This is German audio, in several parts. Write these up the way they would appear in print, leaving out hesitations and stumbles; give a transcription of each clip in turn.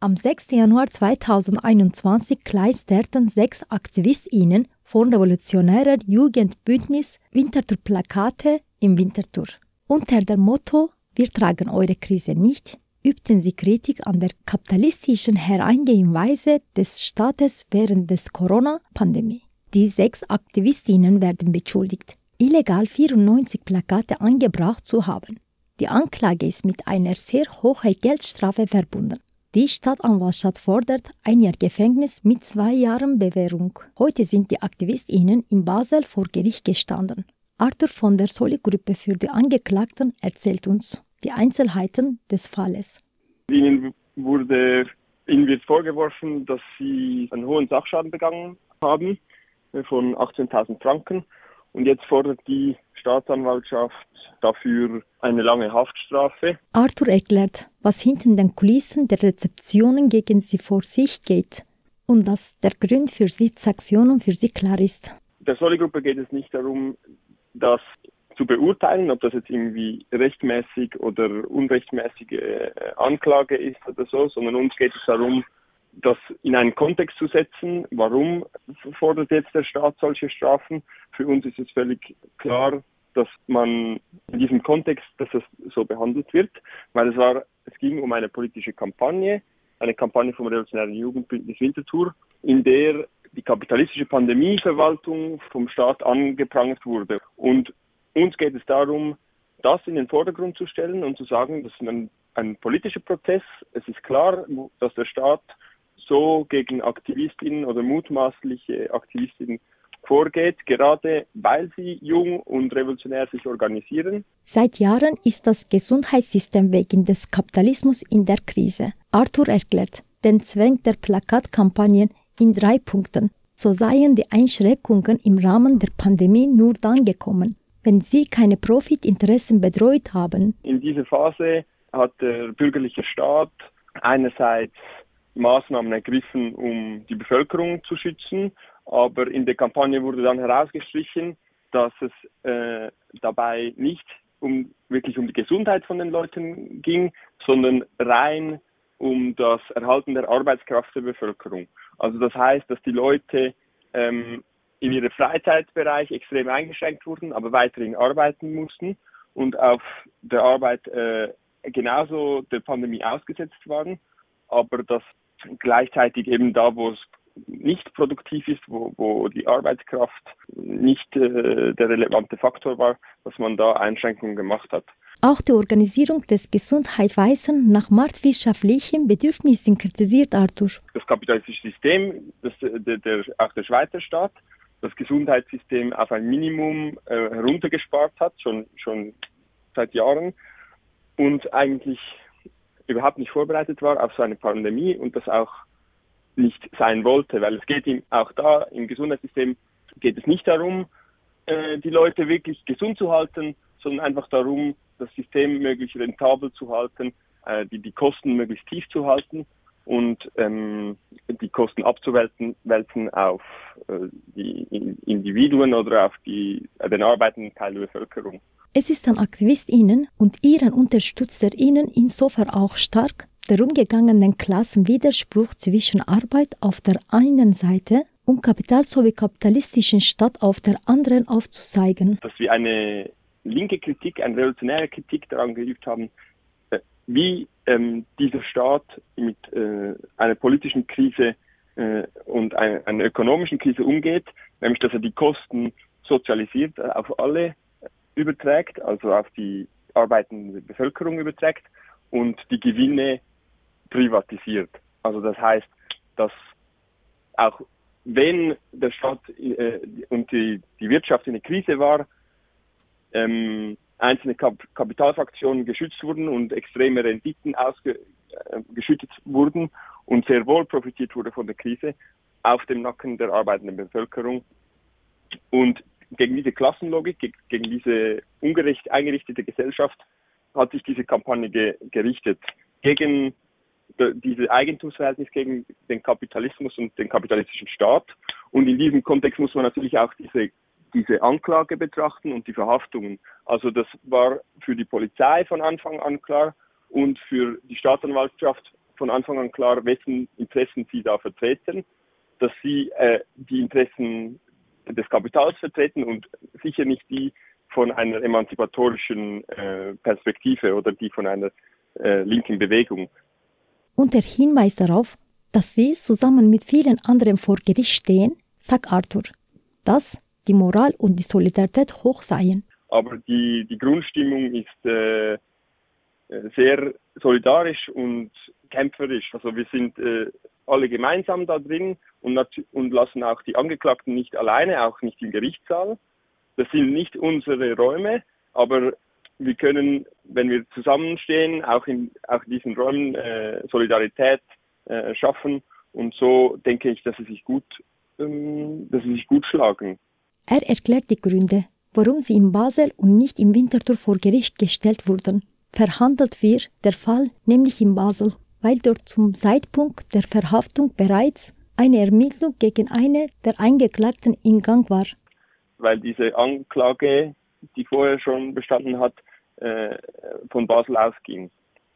Am 6. Januar 2021 kleisterten 6 AktivistInnen von Revolutionärer Jugendbündnis Winterthur Plakate im Winterthur. Unter dem Motto „Wir tragen eure Krise nicht“ übten sie Kritik an der kapitalistischen Herangehensweise des Staates während der Corona-Pandemie. Die 6 AktivistInnen werden beschuldigt, illegal 94 Plakate angebracht zu haben. Die Anklage ist mit einer sehr hohen Geldstrafe verbunden. Die Staatsanwaltschaft fordert 1 Jahr Gefängnis mit 2 Jahren Bewährung. Heute sind die AktivistInnen in Basel vor Gericht gestanden. Arthur von der Soli-Gruppe für die Angeklagten erzählt uns die Einzelheiten des Falles. Ihnen wird vorgeworfen, dass sie einen hohen Sachschaden begangen haben von 18.000 Franken. Und jetzt fordert die Staatsanwaltschaft dafür eine lange Haftstrafe. Arthur erklärt, was hinter den Kulissen der Rezeptionen gegen sie vor sich geht und dass der Grund für die Sanktionen für sie klar ist. Der Soli-Gruppe geht es nicht darum, das zu beurteilen, ob das jetzt irgendwie rechtmäßig oder unrechtmäßige Anklage ist oder so, sondern uns geht es darum, das in einen Kontext zu setzen. Warum fordert jetzt der Staat solche Strafen? Für uns ist es völlig klar, dass man in diesem Kontext, dass das so behandelt wird, weil es ging um eine politische Kampagne, eine Kampagne vom Revolutionären Jugendbündnis Winterthur, in der die kapitalistische Pandemieverwaltung vom Staat angeprangert wurde. Und uns geht es darum, das in den Vordergrund zu stellen und zu sagen, das ist ein politischer Prozess. Es ist klar, dass der Staat so gegen Aktivistinnen oder mutmaßliche Aktivistinnen vorgeht, gerade weil sie jung und revolutionär sich organisieren. Seit Jahren ist das Gesundheitssystem wegen des Kapitalismus in der Krise. Arthur erklärt den Zweck der Plakatkampagnen in 3 Punkten. So seien die Einschränkungen im Rahmen der Pandemie nur dann gekommen, wenn sie keine Profitinteressen bedroht haben. In dieser Phase hat der bürgerliche Staat einerseits Maßnahmen ergriffen, um die Bevölkerung zu schützen, aber in der Kampagne wurde dann herausgestrichen, dass es dabei nicht wirklich um die Gesundheit von den Leuten ging, sondern rein um das Erhalten der Arbeitskraft der Bevölkerung. Also das heißt, dass die Leute in ihrem Freizeitbereich extrem eingeschränkt wurden, aber weiterhin arbeiten mussten und auf der Arbeit genauso der Pandemie ausgesetzt waren, aber dass gleichzeitig eben da, wo es nicht produktiv ist, wo die Arbeitskraft nicht der relevante Faktor war, dass man da Einschränkungen gemacht hat. Auch die Organisierung des Gesundheitswesens nach marktwirtschaftlichen Bedürfnissen kritisiert Arthur. Das kapitalistische System, auch der Schweizer Staat, das Gesundheitssystem auf ein Minimum heruntergespart hat, schon seit Jahren und eigentlich überhaupt nicht vorbereitet war auf so eine Pandemie und das auch nicht sein wollte, weil es geht ihm auch da im Gesundheitssystem geht es nicht darum, die Leute wirklich gesund zu halten, sondern einfach darum, das System möglichst rentabel zu halten, die Kosten möglichst tief zu halten und die Kosten abzuwälzen auf die Individuen oder auf den arbeitenden Teil der Bevölkerung. Es ist an AktivistInnen und ihren UnterstützerInnen insofern auch stark, der umgegangenen Klassenwiderspruch zwischen Arbeit auf der einen Seite und Kapital sowie kapitalistischen Staat auf der anderen aufzuzeigen. Dass wir eine linke Kritik, eine revolutionäre Kritik daran geübt haben, wie dieser Staat mit einer politischen Krise und einer ökonomischen Krise umgeht, nämlich dass er die Kosten sozialisiert auf alle überträgt, also auf die arbeitende Bevölkerung überträgt und die Gewinne privatisiert. Also das heißt, dass auch wenn der Staat und die Wirtschaft in der Krise war, einzelne Kapitalfraktionen geschützt wurden und extreme Renditen geschüttet wurden und sehr wohl profitiert wurde von der Krise auf dem Nacken der arbeitenden Bevölkerung. Und gegen diese Klassenlogik, gegen diese ungerecht eingerichtete Gesellschaft hat sich diese Kampagne gerichtet. Gegen diese Eigentumsverhältnis, gegen den Kapitalismus und den kapitalistischen Staat. Und in diesem Kontext muss man natürlich auch diese Anklage betrachten und die Verhaftungen. Also das war für die Polizei von Anfang an klar und für die Staatsanwaltschaft von Anfang an klar, wessen Interessen sie da vertreten, dass sie die Interessen des Kapitals vertreten und sicher nicht die von einer emanzipatorischen Perspektive oder die von einer linken Bewegung. Und der Hinweis darauf, dass sie zusammen mit vielen anderen vor Gericht stehen, sagt Arthur, dass die Moral und die Solidarität hoch seien. Aber die Grundstimmung ist sehr solidarisch und kämpferisch. Also wir sind alle gemeinsam da drin und lassen auch die Angeklagten nicht alleine, auch nicht im Gerichtssaal. Das sind nicht unsere Räume, aber wir können, wenn wir zusammenstehen, auch in diesen Räumen Solidarität schaffen. Und so denke ich, dass sie sich gut schlagen. Er erklärt die Gründe, warum sie in Basel und nicht in Winterthur vor Gericht gestellt wurden. Verhandelt wird der Fall nämlich in Basel, weil dort zum Zeitpunkt der Verhaftung bereits eine Ermittlung gegen eine der Angeklagten in Gang war. Weil diese Anklage, die vorher schon bestanden hat, von Basel ausging.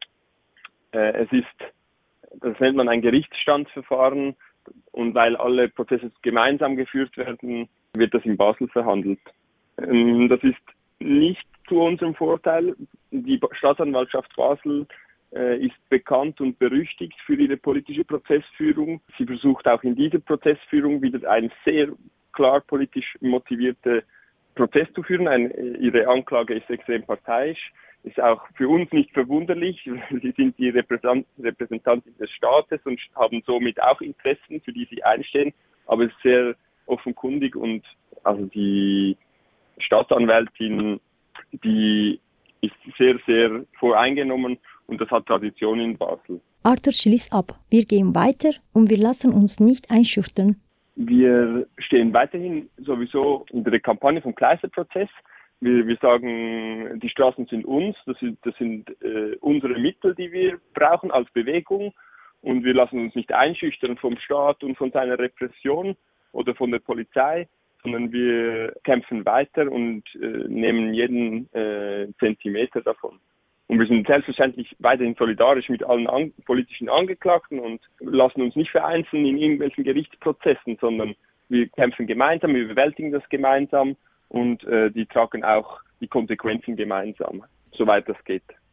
Das nennt man ein Gerichtsstandsverfahren und weil alle Prozesse gemeinsam geführt werden, wird das in Basel verhandelt. Das ist nicht zu unserem Vorteil. Die Staatsanwaltschaft Basel ist bekannt und berüchtigt für ihre politische Prozessführung. Sie versucht auch in dieser Prozessführung wieder einen sehr klar politisch motivierten Prozess zu führen. Ihre Anklage ist extrem parteiisch. Ist auch für uns nicht verwunderlich. Sie sind die Repräsentantin des Staates und haben somit auch Interessen, für die sie einstehen. Aber es ist sehr offenkundig und also die Staatsanwältin, die ist sehr, sehr voreingenommen und das hat Tradition in Basel. Arthur schließt ab. Wir gehen weiter und wir lassen uns nicht einschüchtern. Wir stehen weiterhin sowieso unter der Kampagne vom Kleisterprozess. Wir sagen, die Straßen sind uns, das sind unsere Mittel, die wir brauchen als Bewegung und wir lassen uns nicht einschüchtern vom Staat und von seiner Repression oder von der Polizei, sondern wir kämpfen weiter und nehmen jeden Zentimeter davon. Und wir sind selbstverständlich weiterhin solidarisch mit allen politischen Angeklagten und lassen uns nicht vereinzeln in irgendwelchen Gerichtsprozessen, sondern wir kämpfen gemeinsam, wir bewältigen das gemeinsam und die tragen auch die Konsequenzen gemeinsam, soweit das geht.